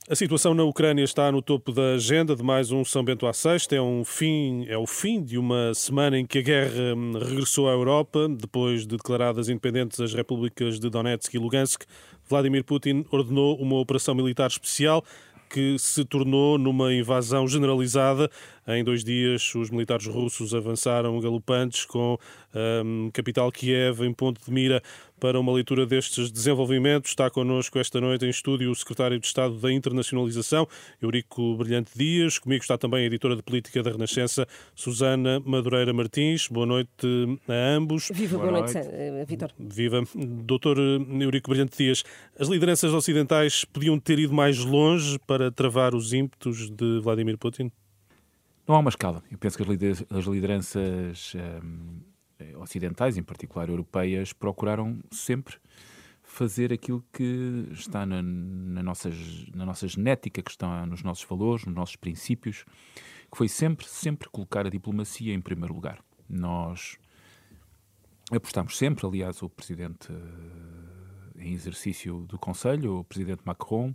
A situação na Ucrânia está no topo da agenda de mais um São Bento à Sexta. É o fim de uma semana em que a guerra regressou à Europa. Depois de declaradas independentes as repúblicas de Donetsk e Lugansk, Vladimir Putin ordenou uma operação militar especial que se tornou numa invasão generalizada. Em 2 dias, os militares russos avançaram galopantes com a capital Kiev em ponto de mira para uma leitura destes desenvolvimentos. Está connosco esta noite em estúdio o secretário de Estado da Internacionalização, Eurico Brilhante Dias. Comigo está também a editora de política da Renascença, Susana Madureira Martins. Boa noite a ambos. Viva, boa noite, Vítor. Viva. Doutor Eurico Brilhante Dias, as lideranças ocidentais podiam ter ido mais longe para travar os ímpetos de Vladimir Putin? Não há uma escala. Eu penso que as lideranças ocidentais, em particular europeias, procuraram sempre fazer aquilo que está na nossa genética, que está nos nossos valores, nos nossos princípios, que foi sempre colocar a diplomacia em primeiro lugar. Nós apostamos sempre, aliás, o presidente em exercício do Conselho, o presidente Macron,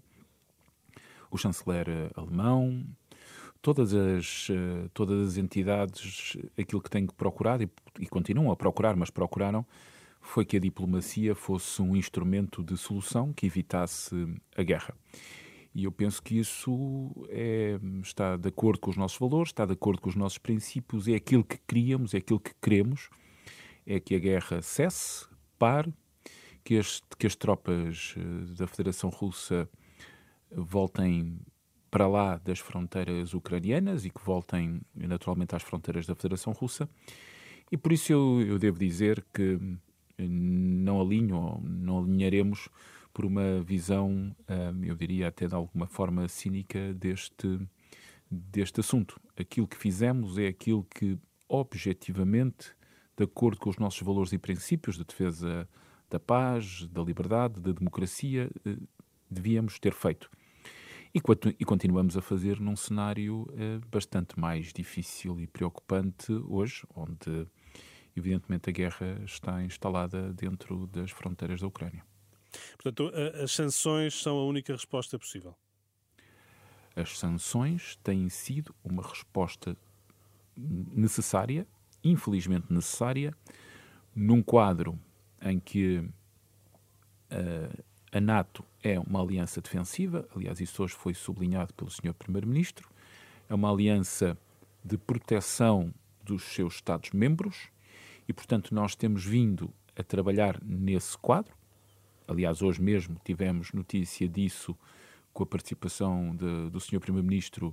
o chanceler alemão, todas as entidades, aquilo que têm procurado e continuam a procurar, mas procuraram, foi que a diplomacia fosse um instrumento de solução que evitasse a guerra. E eu penso que isso está de acordo com os nossos valores, está de acordo com os nossos princípios, é aquilo que queríamos, é aquilo que queremos, é que a guerra cesse, pare, que as tropas da Federação Russa voltem para lá das fronteiras ucranianas e que voltem naturalmente às fronteiras da Federação Russa. E por isso eu devo dizer que não alinharemos por uma visão, eu diria até de alguma forma cínica deste assunto. Aquilo que fizemos é aquilo que objetivamente, de acordo com os nossos valores e princípios de defesa da paz, da liberdade, da democracia, devíamos ter feito. E continuamos a fazer num cenário bastante mais difícil e preocupante hoje, onde, evidentemente, a guerra está instalada dentro das fronteiras da Ucrânia. Portanto, as sanções são a única resposta possível? As sanções têm sido uma resposta necessária, infelizmente necessária, num quadro em que a NATO é uma aliança defensiva, aliás, isso hoje foi sublinhado pelo Sr. Primeiro-Ministro, é uma aliança de proteção dos seus Estados-membros e, portanto, nós temos vindo a trabalhar nesse quadro. Aliás, hoje mesmo tivemos notícia disso com a participação do Sr. Primeiro-Ministro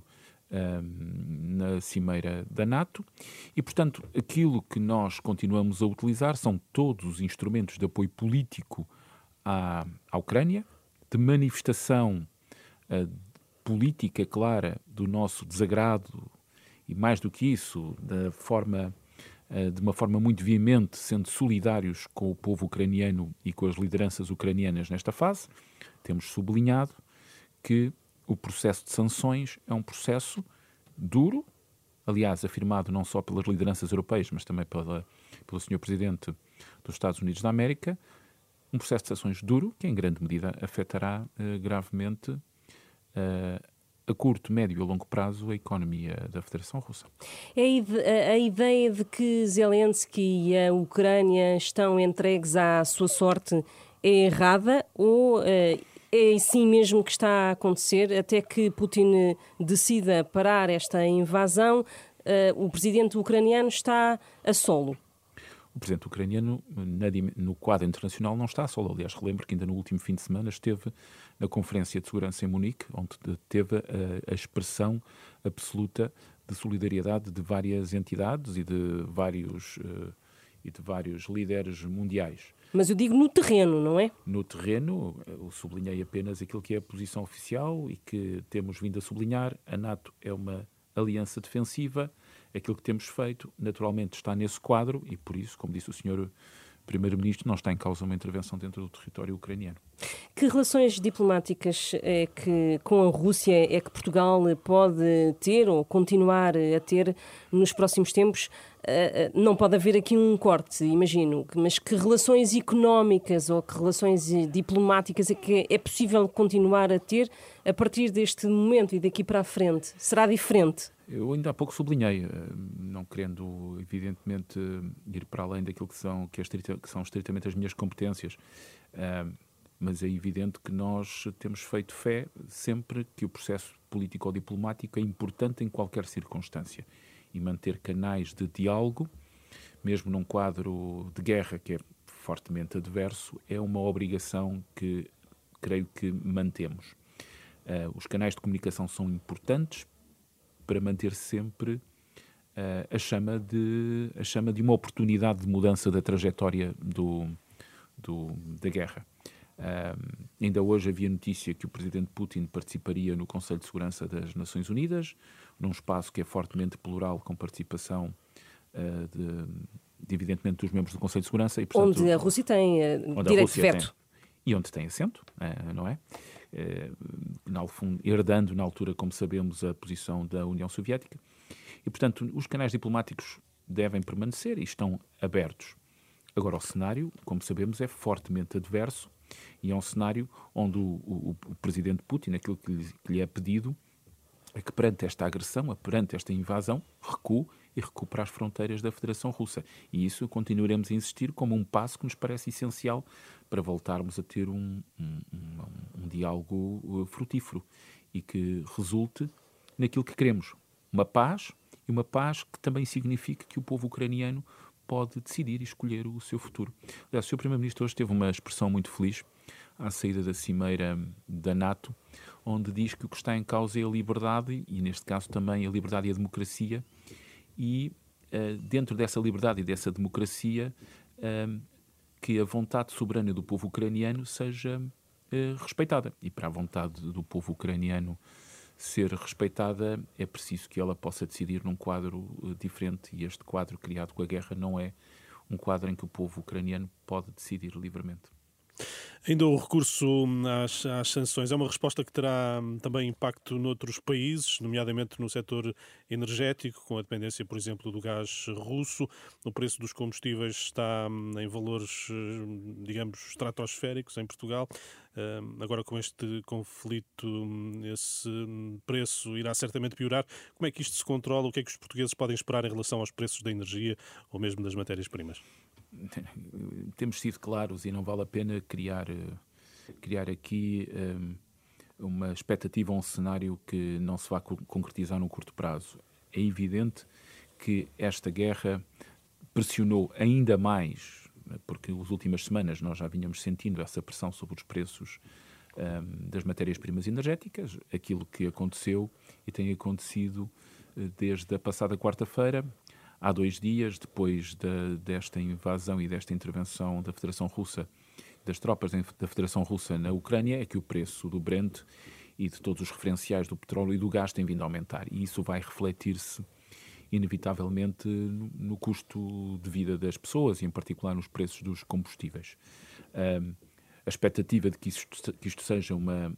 na cimeira da NATO e, portanto, aquilo que nós continuamos a utilizar são todos os instrumentos de apoio político à Ucrânia, de manifestação política clara do nosso desagrado e, mais do que isso, de uma forma muito veemente, sendo solidários com o povo ucraniano e com as lideranças ucranianas nesta fase. Temos sublinhado que o processo de sanções é um processo duro, aliás, afirmado não só pelas lideranças europeias, mas também pelo Sr. Presidente dos Estados Unidos da América, um processo de sanções duro que, em grande medida, afetará gravemente a curto, médio e longo prazo a economia da Federação Russa. A ideia de que Zelensky e a Ucrânia estão entregues à sua sorte é errada ou é assim mesmo que está a acontecer até que Putin decida parar esta invasão? O presidente ucraniano está a solo? O presidente ucraniano, no quadro internacional, não está só. Aliás, relembro que ainda no último fim de semana esteve na Conferência de Segurança em Munique, onde teve a expressão absoluta de solidariedade de várias entidades e de vários líderes mundiais. Mas eu digo no terreno, não é? No terreno, eu sublinhei apenas aquilo que é a posição oficial e que temos vindo a sublinhar. A NATO é uma aliança defensiva. Aquilo que temos feito, naturalmente, está nesse quadro e, por isso, como disse o Sr. Primeiro-Ministro, não está em causa uma intervenção dentro do território ucraniano. Que relações diplomáticas com a Rússia é que Portugal pode ter ou continuar a ter nos próximos tempos, não pode haver aqui um corte, imagino, mas que relações económicas ou que relações diplomáticas é que é possível continuar a ter a partir deste momento e daqui para a frente? Será diferente? Eu ainda há pouco sublinhei, não querendo, evidentemente, ir para além daquilo que são estritamente as minhas competências, mas é evidente que nós temos feito fé sempre que o processo político ou diplomático é importante em qualquer circunstância. E manter canais de diálogo, mesmo num quadro de guerra que é fortemente adverso, é uma obrigação que creio que mantemos. Os canais de comunicação são importantes para manter sempre a chama de uma oportunidade de mudança da trajetória da guerra. Ainda hoje havia notícia que o presidente Putin participaria no Conselho de Segurança das Nações Unidas, num espaço que é fortemente plural, com participação evidentemente dos membros do Conselho de Segurança. E, portanto, onde a Rússia tem direito de veto. E onde tem assento, não é? Herdando na altura, como sabemos, a posição da União Soviética. E, portanto, os canais diplomáticos devem permanecer e estão abertos. Agora, o cenário, como sabemos, é fortemente adverso e é um cenário onde o presidente Putin, aquilo que lhe é pedido, é que perante esta agressão, perante esta invasão, recue para as fronteiras da Federação Russa. E isso continuaremos a insistir como um passo que nos parece essencial para voltarmos a ter um diálogo frutífero e que resulte naquilo que queremos. Uma paz, e uma paz que também signifique que o povo ucraniano pode decidir e escolher o seu futuro. Aliás, o Sr. Primeiro-Ministro hoje teve uma expressão muito feliz à saída da cimeira da NATO, onde diz que o que está em causa é a liberdade, e neste caso também a liberdade e a democracia, e dentro dessa liberdade e dessa democracia, que a vontade soberana do povo ucraniano seja respeitada. E para a vontade do povo ucraniano ser respeitada, é preciso que ela possa decidir num quadro diferente, e este quadro criado com a guerra não é um quadro em que o povo ucraniano pode decidir livremente. Ainda o recurso às sanções é uma resposta que terá também impacto noutros países, nomeadamente no setor energético, com a dependência, por exemplo, do gás russo. O preço dos combustíveis está em valores, digamos, estratosféricos em Portugal. Agora, com este conflito, esse preço irá certamente piorar. Como é que isto se controla? O que é que os portugueses podem esperar em relação aos preços da energia ou mesmo das matérias-primas? Temos sido claros e não vale a pena criar aqui uma expectativa ou um cenário que não se vá concretizar no curto prazo. É evidente que esta guerra pressionou ainda mais, porque nas últimas semanas nós já vínhamos sentindo essa pressão sobre os preços das matérias-primas energéticas, aquilo que aconteceu e tem acontecido desde a passada quarta-feira. Há 2 dias, depois desta invasão e desta intervenção da Federação Russa, das tropas da Federação Russa na Ucrânia, é que o preço do Brent e de todos os referenciais do petróleo e do gás tem vindo a aumentar. E isso vai refletir-se, inevitavelmente, no custo de vida das pessoas e, em particular, nos preços dos combustíveis. A expectativa de que isto seja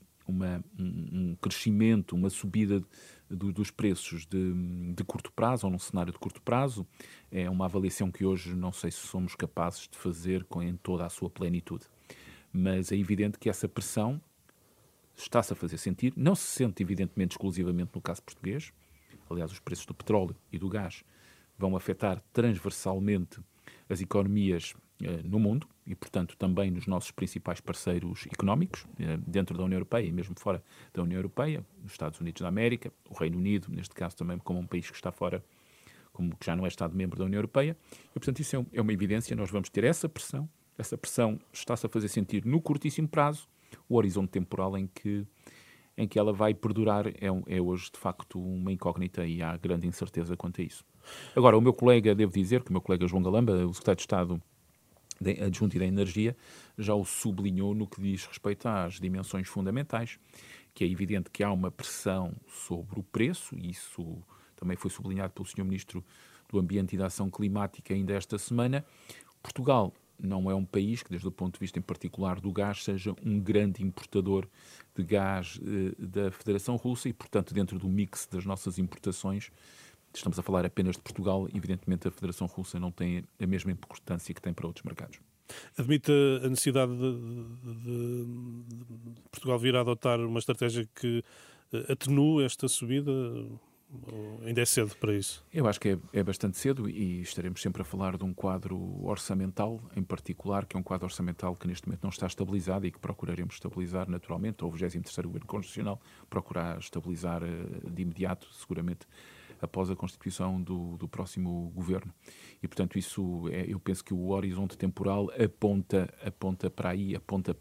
um crescimento, uma subida dos preços de curto prazo, ou num cenário de curto prazo, é uma avaliação que hoje não sei se somos capazes de fazer em toda a sua plenitude. Mas é evidente que essa pressão está-se a fazer sentir, não se sente evidentemente exclusivamente no caso português. Aliás, os preços do petróleo e do gás vão afetar transversalmente as economias no mundo e, portanto, também nos nossos principais parceiros económicos, dentro da União Europeia e mesmo fora da União Europeia, os Estados Unidos da América, o Reino Unido, neste caso também como um país que está fora, como que já não é Estado-membro da União Europeia. E, portanto, isso é uma evidência, nós vamos ter essa pressão está-se a fazer sentir no curtíssimo prazo. O horizonte temporal em que ela vai perdurar é hoje, de facto, uma incógnita e há grande incerteza quanto a isso. Agora, o meu colega, devo dizer que o meu colega João Galamba, o secretário de Estado adjunto da Energia, já o sublinhou no que diz respeito às dimensões fundamentais, que é evidente que há uma pressão sobre o preço, e isso também foi sublinhado pelo Sr. Ministro do Ambiente e da Ação Climática ainda esta semana. Portugal não é um país que, desde o ponto de vista em particular do gás, seja um grande importador de gás da Federação Russa e, portanto, dentro do mix das nossas importações, estamos a falar apenas de Portugal, evidentemente a Federação Russa não tem a mesma importância que tem para outros mercados. Admite a necessidade de Portugal vir a adotar uma estratégia que atenue esta subida? Ou ainda é cedo para isso? Eu acho que é bastante cedo e estaremos sempre a falar de um quadro orçamental, em particular, que é um quadro orçamental que neste momento não está estabilizado e que procuraremos estabilizar naturalmente. O 23º Governo Constitucional procurará estabilizar de imediato, seguramente, após a constituição do próximo governo. E, portanto, eu penso que o horizonte temporal aponta para aí, aponta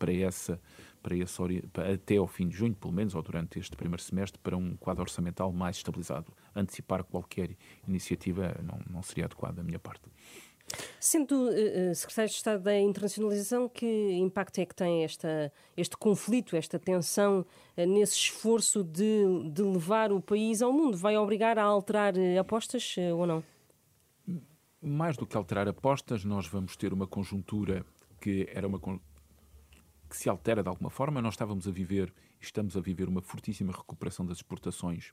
até ao fim de junho, pelo menos, ou durante este primeiro semestre, para um quadro orçamental mais estabilizado. Antecipar qualquer iniciativa não seria adequado da minha parte. Sendo secretário de Estado da Internacionalização, que impacto é que tem este conflito, esta tensão nesse esforço de levar o país ao mundo? Vai obrigar a alterar apostas ou não? Mais do que alterar apostas, nós vamos ter uma conjuntura que se altera de alguma forma. Nós estamos a viver uma fortíssima recuperação das exportações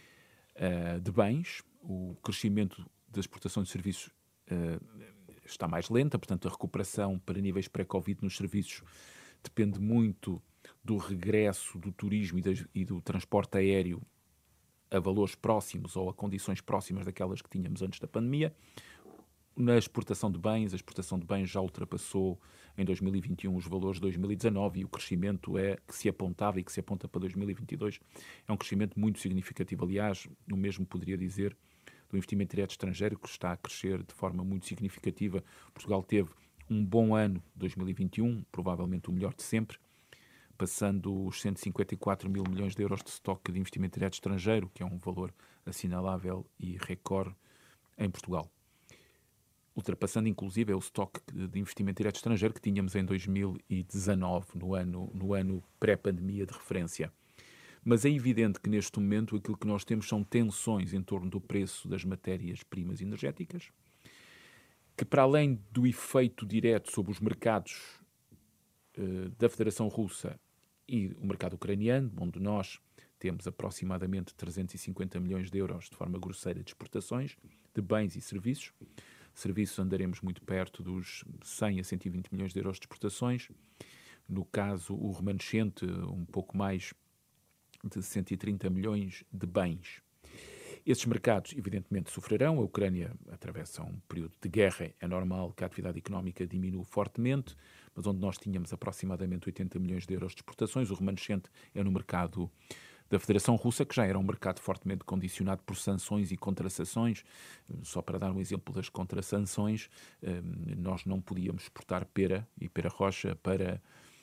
de bens. O crescimento das exportações de serviços está mais lenta, portanto a recuperação para níveis pré-Covid nos serviços depende muito do regresso do turismo e do transporte aéreo a valores próximos ou a condições próximas daquelas que tínhamos antes da pandemia. Na exportação de bens, a exportação de bens já ultrapassou em 2021 os valores de 2019 e o crescimento que se apontava e que se aponta para 2022 é um crescimento muito significativo. Aliás, o mesmo poderia dizer do investimento direto estrangeiro, que está a crescer de forma muito significativa. Portugal teve um bom ano 2021, provavelmente o melhor de sempre, passando os 154 mil milhões de euros de estoque de investimento direto estrangeiro, que é um valor assinalável e recorde em Portugal. Ultrapassando, inclusive, o estoque de investimento direto estrangeiro que tínhamos em 2019, no ano pré-pandemia de referência. Mas é evidente que, neste momento, aquilo que nós temos são tensões em torno do preço das matérias-primas energéticas, que, para além do efeito direto sobre os mercados da Federação Russa e o mercado ucraniano, onde nós temos aproximadamente 350 milhões de euros de forma grosseira de exportações de bens e serviços. Serviços andaremos muito perto dos 100 a 120 milhões de euros de exportações. No caso, o remanescente, um pouco mais de 130 milhões de bens. Esses mercados, evidentemente, sofrerão. A Ucrânia atravessa um período de guerra. É normal que a atividade económica diminua fortemente, mas onde nós tínhamos aproximadamente 80 milhões de euros de exportações, o remanescente é no mercado da Federação Russa, que já era um mercado fortemente condicionado por sanções e contrasanções. Só para dar um exemplo das contrasanções, nós não podíamos exportar pera e pera-rocha para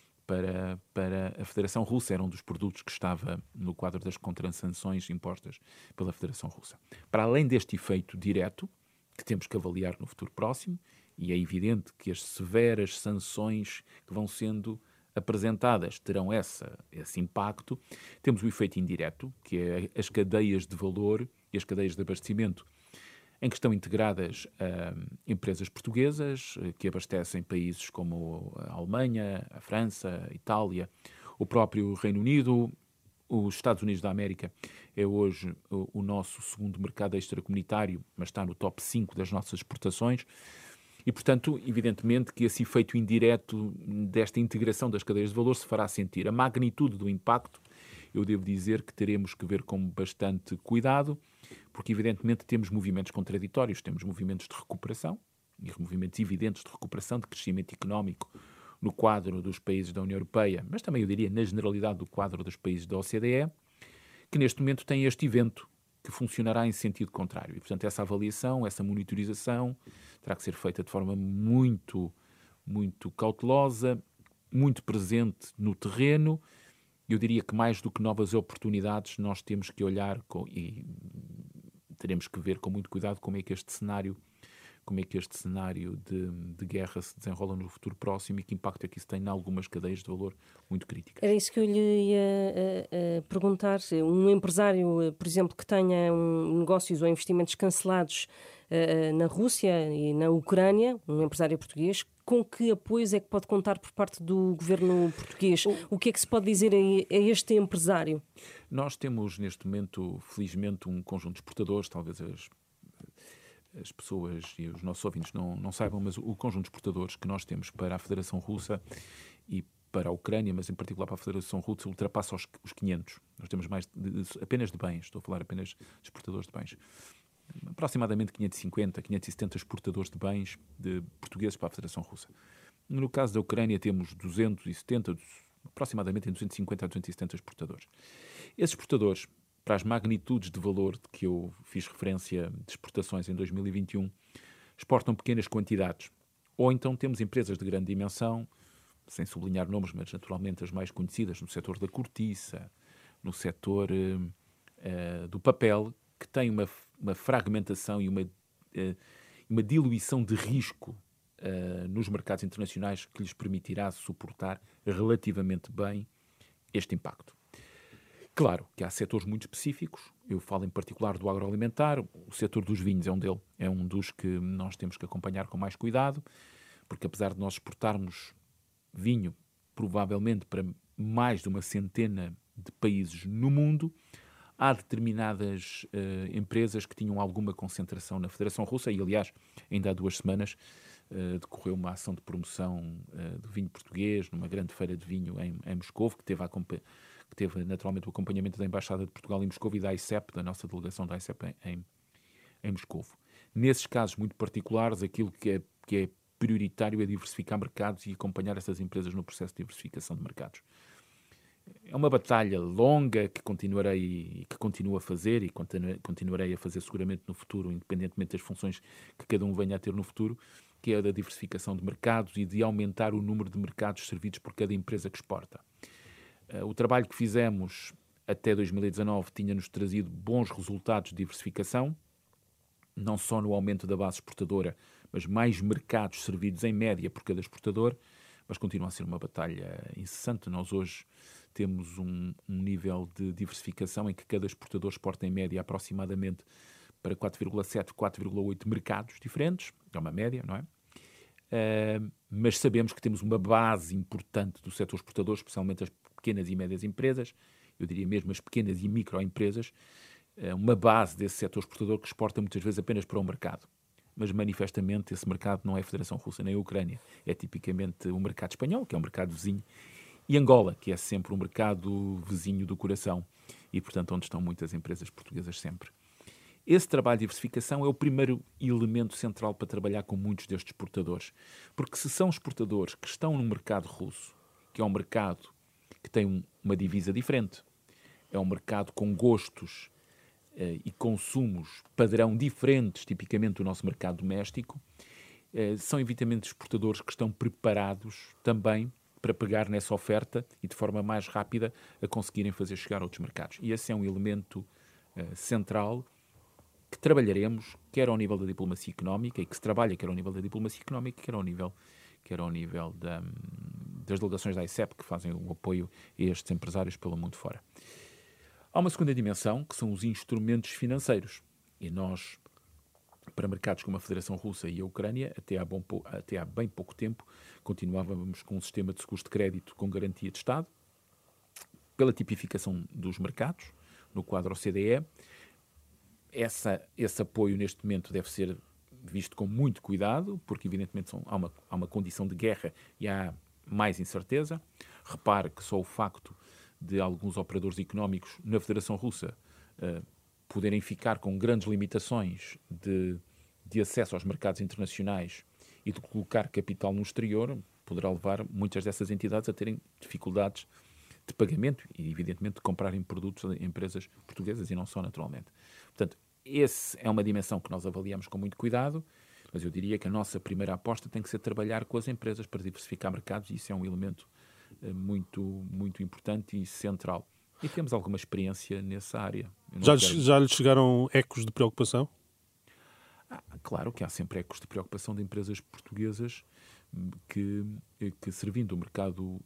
a Federação Russa. Era um dos produtos que estava no quadro das contrasanções impostas pela Federação Russa. Para além deste efeito direto, que temos que avaliar no futuro próximo, e é evidente que as severas sanções que vão sendo apresentadas terão esse impacto, temos o efeito indireto, que é as cadeias de valor e as cadeias de abastecimento em que estão integradas empresas portuguesas que abastecem países como a Alemanha, a França, a Itália, o próprio Reino Unido. Os Estados Unidos da América é hoje o nosso segundo mercado extracomunitário, mas está no top 5 das nossas exportações. E, portanto, evidentemente que esse efeito indireto desta integração das cadeias de valor se fará sentir. A magnitude do impacto, eu devo dizer que teremos que ver com bastante cuidado, porque, evidentemente, temos movimentos contraditórios, temos movimentos de recuperação, e movimentos evidentes de recuperação, de crescimento económico no quadro dos países da União Europeia, mas também, eu diria, na generalidade do quadro dos países da OCDE, que neste momento tem este evento que funcionará em sentido contrário. E, portanto, essa avaliação, essa monitorização terá que ser feita de forma muito, muito cautelosa, muito presente no terreno. Eu diria que mais do que novas oportunidades, nós temos que olhar e teremos que ver com muito cuidado como é que este cenário de guerra se desenrola no futuro próximo e que impacto é que isso tem em algumas cadeias de valor muito críticas. Era isso que eu lhe ia perguntar. Um empresário, por exemplo, que tenha negócios ou investimentos cancelados na Rússia e na Ucrânia, um empresário português com que apoios é que pode contar por parte do governo português? O que é que se pode dizer a este empresário? Nós temos, neste momento, felizmente, um conjunto de exportadores, talvez as pessoas e os nossos ouvintes não saibam, mas o conjunto de exportadores que nós temos para a Federação Russa e para a Ucrânia, mas em particular para a Federação Russa, ultrapassa os 500. Nós temos mais apenas de bens, estou a falar apenas de exportadores de bens. Aproximadamente 550, 570 exportadores de bens de portugueses para a Federação Russa. No caso da Ucrânia temos 270, aproximadamente 250 a 270 exportadores. Esses exportadores, para as magnitudes de valor de que eu fiz referência de exportações em 2021, exportam pequenas quantidades. Ou então temos empresas de grande dimensão, sem sublinhar nomes, mas naturalmente as mais conhecidas no setor da cortiça, no setor do papel, que têm uma fragmentação e uma diluição de risco nos mercados internacionais que lhes permitirá suportar relativamente bem este impacto. Claro que há setores muito específicos, eu falo em particular do agroalimentar, o setor dos vinhos é um dos que nós temos que acompanhar com mais cuidado, porque apesar de nós exportarmos vinho provavelmente para mais de uma centena de países no mundo, há determinadas empresas que tinham alguma concentração na Federação Russa e, aliás, ainda há 2 semanas decorreu uma ação de promoção do vinho português numa grande feira de vinho em Moscovo, que teve naturalmente o acompanhamento da Embaixada de Portugal em Moscovo e da AICEP, da nossa delegação da AICEP em Moscovo. Nesses casos muito particulares, aquilo que é prioritário é diversificar mercados e acompanhar essas empresas no processo de diversificação de mercados. É uma batalha longa que continuo a fazer e continuarei a fazer seguramente no futuro, independentemente das funções que cada um venha a ter no futuro, que é a da diversificação de mercados e de aumentar o número de mercados servidos por cada empresa que exporta. O trabalho que fizemos até 2019 tinha-nos trazido bons resultados de diversificação, não só no aumento da base exportadora, mas mais mercados servidos em média por cada exportador, mas continua a ser uma batalha incessante. Nós hoje temos um nível de diversificação em que cada exportador exporta em média aproximadamente para 4,7, 4,8 mercados diferentes, é uma média, não é? Mas sabemos que temos uma base importante do setor exportador, especialmente as pequenas e médias empresas, eu diria mesmo as pequenas e microempresas, uma base desse setor exportador que exporta muitas vezes apenas para um mercado. Mas manifestamente esse mercado não é a Federação Russa nem a Ucrânia, é tipicamente o mercado espanhol, que é um mercado vizinho, e Angola, que é sempre um mercado vizinho do coração e, portanto, onde estão muitas empresas portuguesas sempre. Esse trabalho de diversificação é o primeiro elemento central para trabalhar com muitos destes exportadores, porque se são exportadores que estão no mercado russo, que é um mercado que tem uma divisa diferente, é um mercado com gostos e consumos padrão diferentes, tipicamente do nosso mercado doméstico, são evidentemente exportadores que estão preparados também para pegar nessa oferta e de forma mais rápida a conseguirem fazer chegar a outros mercados. E esse é um elemento central que trabalharemos, quer ao nível da diplomacia económica, e que se trabalha quer ao nível da diplomacia económica, quer ao nível das delegações da AICEP, que fazem o apoio a estes empresários pelo mundo fora. Há uma segunda dimensão, que são os instrumentos financeiros. E nós, para mercados como a Federação Russa e a Ucrânia, até há bem pouco tempo, continuávamos com um sistema de seguros de crédito com garantia de Estado, pela tipificação dos mercados, no quadro OCDE. Esse apoio, neste momento, deve ser visto com muito cuidado, porque, evidentemente, há uma condição de guerra e há mais incerteza. Repare que só o facto de alguns operadores económicos na Federação Russa poderem ficar com grandes limitações de acesso aos mercados internacionais e de colocar capital no exterior, poderá levar muitas dessas entidades a terem dificuldades de pagamento e, evidentemente, de comprarem produtos a empresas portuguesas e não só, naturalmente. Portanto, essa é uma dimensão que nós avaliamos com muito cuidado, mas eu diria que a nossa primeira aposta tem que ser trabalhar com as empresas para diversificar mercados e isso é um elemento muito, muito importante e central. E temos alguma experiência nessa área. Já lhe chegaram ecos de preocupação? Claro que há sempre ecos de preocupação de empresas portuguesas que servindo o mercado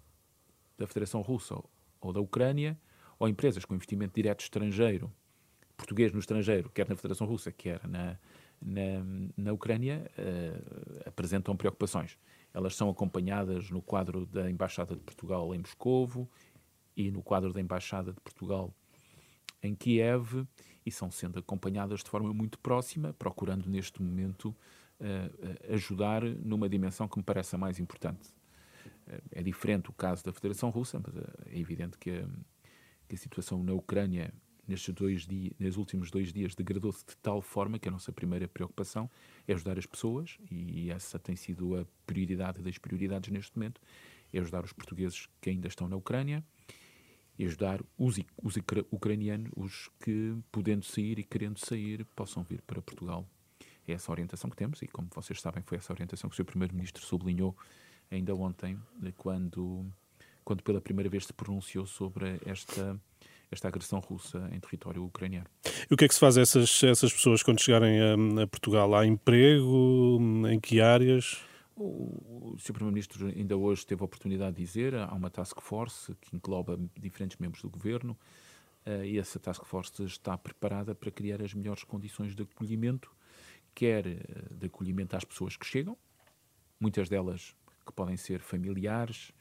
da Federação Russa ou da Ucrânia, ou empresas com investimento direto estrangeiro português no estrangeiro, quer na Federação Russa, quer na Ucrânia, apresentam preocupações. Elas são acompanhadas no quadro da Embaixada de Portugal em Moscovo e no quadro da Embaixada de Portugal em Kiev, e são sendo acompanhadas de forma muito próxima, procurando neste momento ajudar numa dimensão que me parece a mais importante. É diferente o caso da Federação Russa, mas é evidente que a situação na Ucrânia nos últimos 2 dias degradou-se de tal forma que a nossa primeira preocupação é ajudar as pessoas, e essa tem sido a prioridade das prioridades neste momento, é ajudar os portugueses que ainda estão na Ucrânia e ajudar os ucranianos, os que, podendo sair e querendo sair, possam vir para Portugal. É essa a orientação que temos, e como vocês sabem, foi essa a orientação que o Sr. Primeiro-Ministro sublinhou ainda ontem, quando pela primeira vez se pronunciou sobre esta agressão russa em território ucraniano. E o que é que se faz a essas pessoas quando chegarem a Portugal? Há emprego? Em que áreas? O Sr. Primeiro-Ministro ainda hoje teve a oportunidade de dizer, há uma task force que engloba diferentes membros do governo, e essa task force está preparada para criar as melhores condições de acolhimento, quer de acolhimento às pessoas que chegam, muitas delas que podem ser familiares,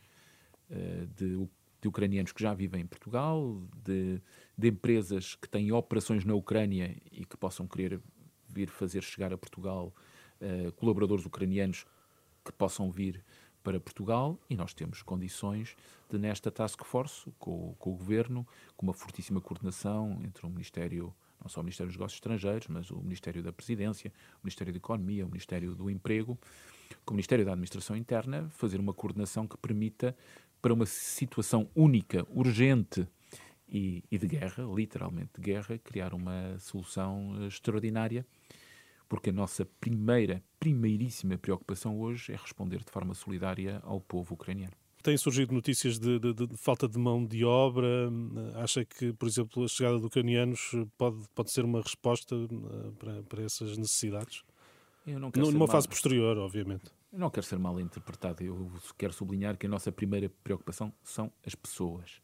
de ucranianos que já vivem em Portugal, de empresas que têm operações na Ucrânia e que possam querer vir fazer chegar a Portugal colaboradores ucranianos que possam vir para Portugal, e nós temos condições de, nesta task force, com o Governo, com uma fortíssima coordenação entre o Ministério, não só o Ministério dos Negócios Estrangeiros, mas o Ministério da Presidência, o Ministério da Economia, o Ministério do Emprego, com o Ministério da Administração Interna, fazer uma coordenação que permita, para uma situação única, urgente e de guerra, literalmente de guerra, criar uma solução extraordinária, porque a nossa primeiríssima preocupação hoje é responder de forma solidária ao povo ucraniano. Têm surgido notícias de falta de mão de obra. Acha que, por exemplo, a chegada de ucranianos pode ser uma resposta para essas necessidades? Numa fase posterior, obviamente. Eu não quero ser mal interpretado. Eu quero sublinhar que a nossa primeira preocupação são as pessoas.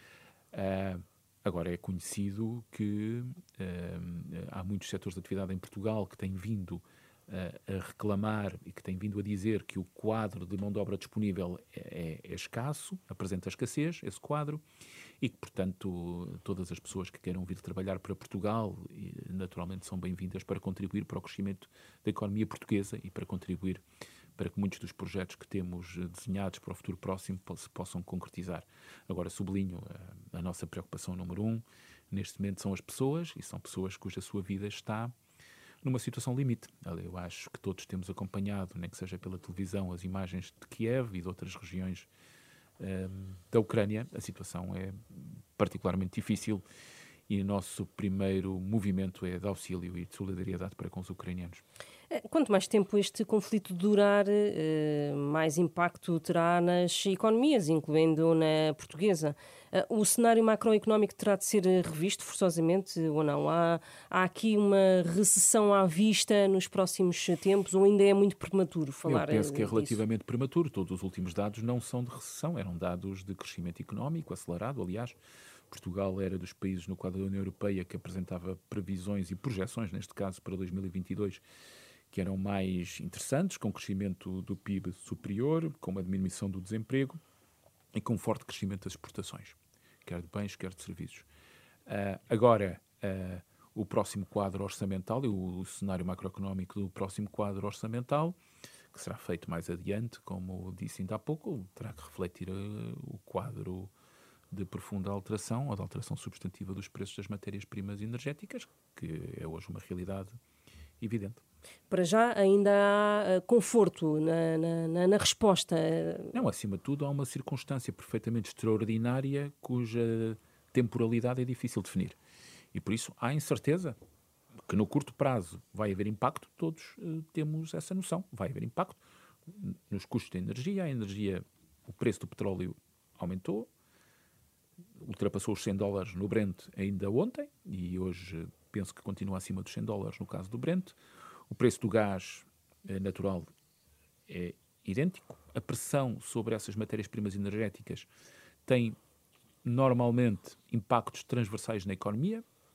Agora, é conhecido que há muitos setores de atividade em Portugal que têm vindo a reclamar e que têm vindo a dizer que o quadro de mão de obra disponível é escasso, apresenta escassez, esse quadro, e que, portanto, todas as pessoas que queiram vir trabalhar para Portugal, naturalmente, são bem-vindas para contribuir para o crescimento da economia portuguesa e para contribuir para que muitos dos projetos que temos desenhados para o futuro próximo se possam concretizar. Agora, sublinho, a nossa preocupação número 1, neste momento, são as pessoas, e são pessoas cuja sua vida está numa situação limite. Eu acho que todos temos acompanhado, nem que seja pela televisão, as imagens de Kiev e de outras regiões da Ucrânia. A situação é particularmente difícil e o nosso primeiro movimento é de auxílio e de solidariedade para com os ucranianos. Quanto mais tempo este conflito durar, mais impacto terá nas economias, incluindo na portuguesa. O cenário macroeconómico terá de ser revisto forçosamente ou não? Há aqui uma recessão à vista nos próximos tempos ou ainda é muito prematuro falar disso? Eu penso que é relativamente prematuro. Todos os últimos dados não são de recessão, eram dados de crescimento económico acelerado. Aliás, Portugal era dos países no quadro da União Europeia que apresentava previsões e projeções, neste caso para 2022, que eram mais interessantes, com crescimento do PIB superior, com uma diminuição do desemprego e com um forte crescimento das exportações, quer de bens, quer de serviços. Agora, o próximo quadro orçamental e o cenário macroeconómico do próximo quadro orçamental, que será feito mais adiante, como disse ainda há pouco, terá que refletir o quadro de profunda alteração, ou de alteração substantiva dos preços das matérias-primas energéticas, que é hoje uma realidade evidente. Para já ainda há conforto na resposta. Não, acima de tudo há uma circunstância perfeitamente extraordinária cuja temporalidade é difícil de definir. E por isso há incerteza que no curto prazo vai haver impacto, todos temos essa noção. Vai haver impacto nos custos da energia, o preço do petróleo aumentou, ultrapassou os $100 no Brent ainda ontem e hoje penso que continua acima dos $100 no caso do Brent. O preço do gás natural é idêntico. A pressão sobre essas matérias-primas energéticas tem normalmente impactos transversais na economia.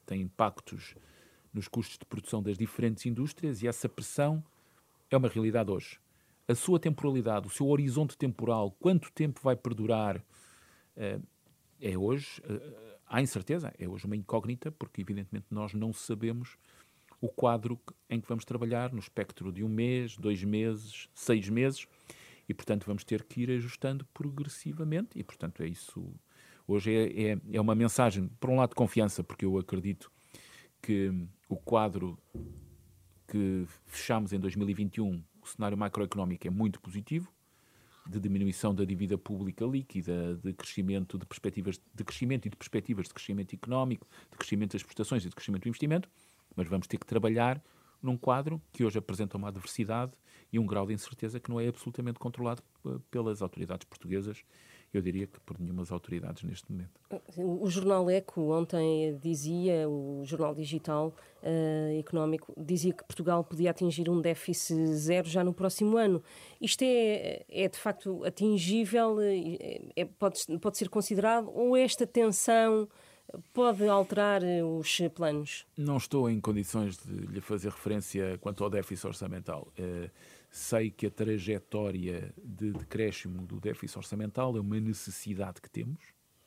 tem impactos nos custos de produção das diferentes indústrias e essa pressão é uma realidade hoje. A sua temporalidade, o seu horizonte temporal, quanto tempo vai perdurar, é hoje, há incerteza, é hoje uma incógnita, porque evidentemente nós não sabemos o quadro em que vamos trabalhar no espectro de 1 mês, 2 meses, 6 meses, e portanto vamos ter que ir ajustando progressivamente, e portanto é isso. Hoje é uma mensagem, por um lado, de confiança, porque eu acredito que o quadro que fechamos em 2021, o cenário macroeconómico é muito positivo, de diminuição da dívida pública líquida, de crescimento de perspectivas de crescimento e de perspectivas de crescimento económico, de crescimento das exportações e de crescimento do investimento, mas vamos ter que trabalhar num quadro que hoje apresenta uma adversidade e um grau de incerteza que não é absolutamente controlado pelas autoridades portuguesas, eu diria que por nenhumas autoridades neste momento. O jornal Eco ontem dizia, o jornal digital económico, dizia que Portugal podia atingir um déficit zero já no próximo ano. Isto é de facto atingível? Pode ser considerado? Ou esta tensão pode alterar os planos? Não estou em condições de lhe fazer referência quanto ao déficit orçamental. Sei que a trajetória de decréscimo do déficit orçamental é uma necessidade que temos.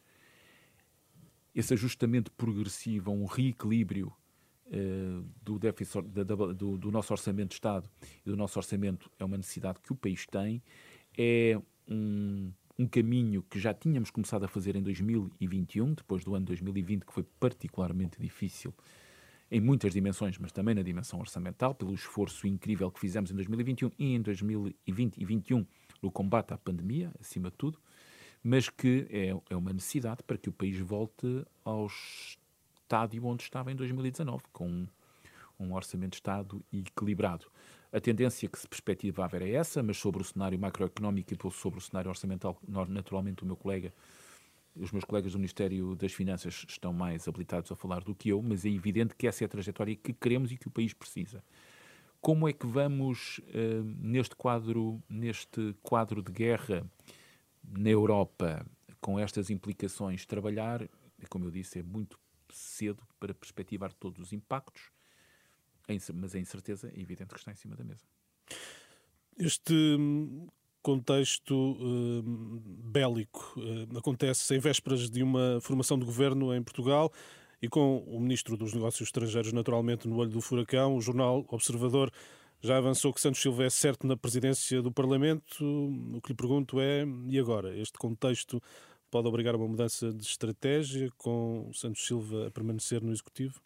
Esse ajustamento progressivo, um reequilíbrio do déficit do nosso orçamento de Estado e do nosso orçamento é uma necessidade que o país tem. É um caminho que já tínhamos começado a fazer em 2021, depois do ano 2020, que foi particularmente difícil em muitas dimensões, mas também na dimensão orçamental, pelo esforço incrível que fizemos em 2021 e em 2020 e 2021 no combate à pandemia, acima de tudo, mas que é uma necessidade para que o país volte ao estádio onde estava em 2019, com um orçamento de Estado equilibrado. A tendência que se perspectivava era essa, mas sobre o cenário macroeconómico e sobre o cenário orçamental, naturalmente os meus colegas do Ministério das Finanças estão mais habilitados a falar do que eu, mas é evidente que essa é a trajetória que queremos e que o país precisa. Como é que vamos, neste quadro de guerra na Europa, com estas implicações, trabalhar? Como eu disse, é muito cedo para perspectivar todos os impactos, mas a incerteza é evidente que está em cima da mesa. Este contexto bélico acontece em vésperas de uma formação de governo em Portugal e com o Ministro dos Negócios Estrangeiros naturalmente no olho do furacão. O jornal Observador já avançou que Santos Silva é certo na presidência do Parlamento. O que lhe pergunto é, e agora? Este contexto pode obrigar a uma mudança de estratégia com Santos Silva a permanecer no Executivo?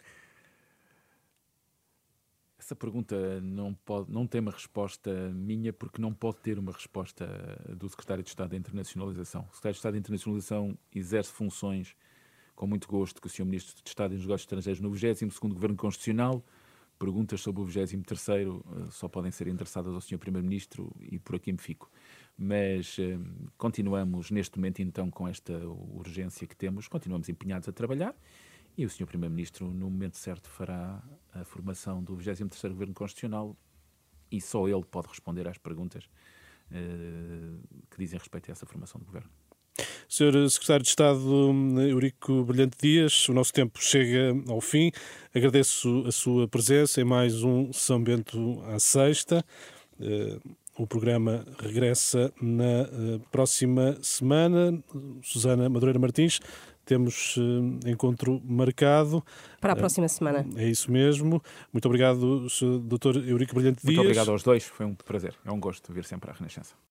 Essa pergunta não tem uma resposta minha, porque não pode ter uma resposta do Secretário de Estado da Internacionalização. O Secretário de Estado da Internacionalização exerce funções com muito gosto que o Sr. Ministro de Estado e dos Negócios Estrangeiros no 22º Governo Constitucional. Perguntas sobre o 23º só podem ser endereçadas ao Sr. Primeiro-Ministro e por aqui me fico. Mas continuamos neste momento então com esta urgência que temos, continuamos empenhados a trabalhar. E o Sr. Primeiro-Ministro, no momento certo, fará a formação do 23º Governo Constitucional e só ele pode responder às perguntas que dizem respeito a essa formação do Governo. Sr. Secretário de Estado Eurico Brilhante Dias, o nosso tempo chega ao fim. Agradeço a sua presença em mais um São Bento à Sexta. O programa regressa na próxima semana. Susana Madureira Martins, temos encontro marcado. Para a próxima semana. É isso mesmo. Muito obrigado, Dr. Eurico Brilhante Dias. Muito obrigado aos dois, foi um prazer. É um gosto vir sempre à Renascença.